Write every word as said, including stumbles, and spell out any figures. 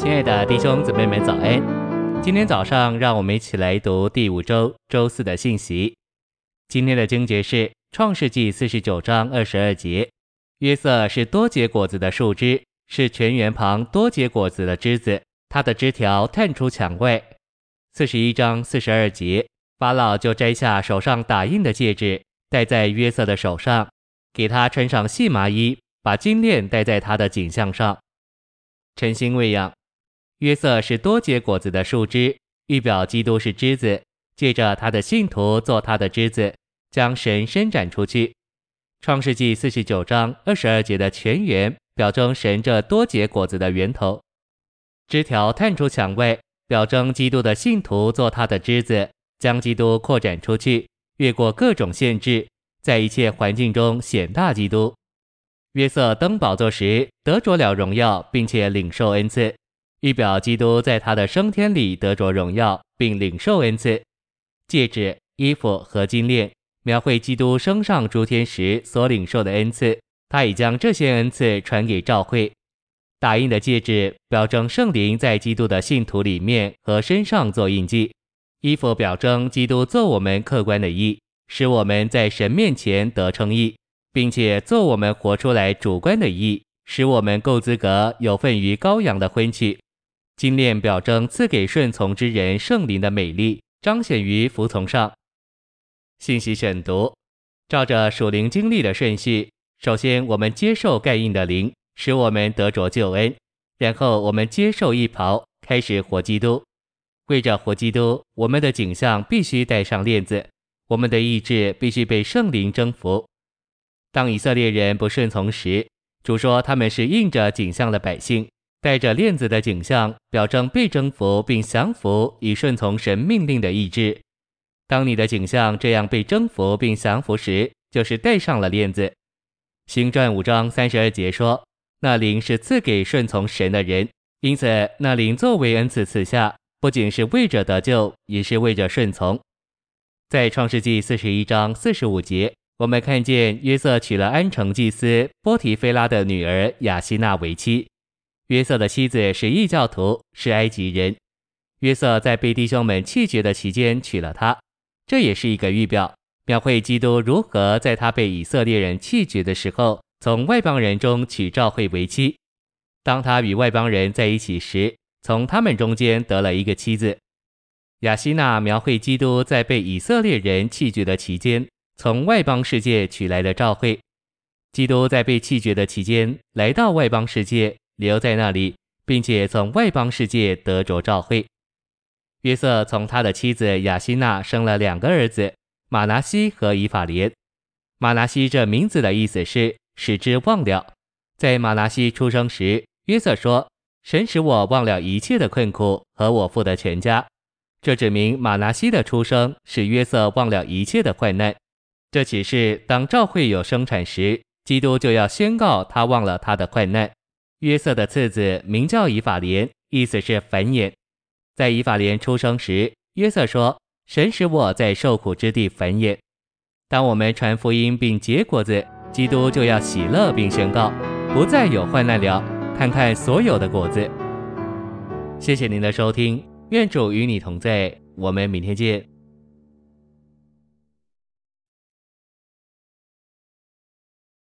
亲爱的弟兄姊妹们早安，今天早上让我们一起来读第五周周四的信息。今天的经节是创世纪四十九章二十二节，约瑟是多结果子的树枝，是泉源旁多结果子的枝子，它的枝条探出墙外。四十一章四十二节，法老就摘下手上打印的戒指，戴在约瑟的手上，给他穿上细麻衣，把金链戴在他的颈项上。晨星喂养，约瑟是多结果子的树枝，预表基督是枝子，借着他的信徒做他的枝子，将神伸展出去。创世纪四十九章二十二节的泉源，表征神这多结果子的源头。枝条探出墙外，表征基督的信徒做他的枝子，将基督扩展出去，越过各种限制，在一切环境中显大基督。约瑟登宝座时得着了荣耀，并且领受恩赐，预表基督在他的升天里得着荣耀，并领受恩赐。戒指、衣服和金链描绘基督升上诸天时所领受的恩赐，他已将这些恩赐传给教会。打印的戒指表征圣灵在基督的信徒里面和身上做印记，衣服表征基督做我们客观的义，使我们在神面前得称义，并且做我们活出来主观的义，使我们够资格有份于羔羊的婚娶。金链表征赐给顺从之人圣灵的美丽，彰显于服从上。信息选读，照着属灵经历的顺序，首先我们接受盖印的灵，使我们得着救恩，然后我们接受义袍，开始活基督。为着活基督，我们的景象必须带上链子，我们的意志必须被圣灵征服。当以色列人不顺从时，主说他们是印着景象的百姓，带着链子的景象，表征被征服并降服以顺从神命令的意志。当你的景象这样被征服并降服时，就是带上了链子。行传五章三十二节说，那灵是赐给顺从神的人，因此那灵作为恩赐赐下，不仅是为着得救，也是为着顺从。在创世纪四十一章四十五节，我们看见约瑟娶了安城祭司波提菲拉的女儿雅西娜为妻。约瑟的妻子是异教徒，是埃及人。约瑟在被弟兄们弃绝的期间娶了她，这也是一个预表，描绘基督如何在他被以色列人弃绝的时候，从外邦人中娶召会为妻。当他与外邦人在一起时，从他们中间得了一个妻子。雅西娜描绘基督在被以色列人弃绝的期间，从外邦世界取来的召会。基督在被弃绝的期间来到外邦世界，留在那里，并且从外邦世界得着召会。约瑟从他的妻子雅西娜生了两个儿子，马拿西和以法莲。马拿西这名字的意思是使之忘了。在马拿西出生时，约瑟说，神使我忘了一切的困苦和我父的全家。这指明马拿西的出生使约瑟忘了一切的患难。这启示当召会有生产时，基督就要宣告他忘了他的患难。约瑟的次子名叫以法莲，意思是繁衍。在以法莲出生时，约瑟说，神使我在受苦之地繁衍。当我们传福音并结果子，基督就要喜乐并宣告，不再有患难了，看看所有的果子。谢谢您的收听，愿主与你同在，我们明天见。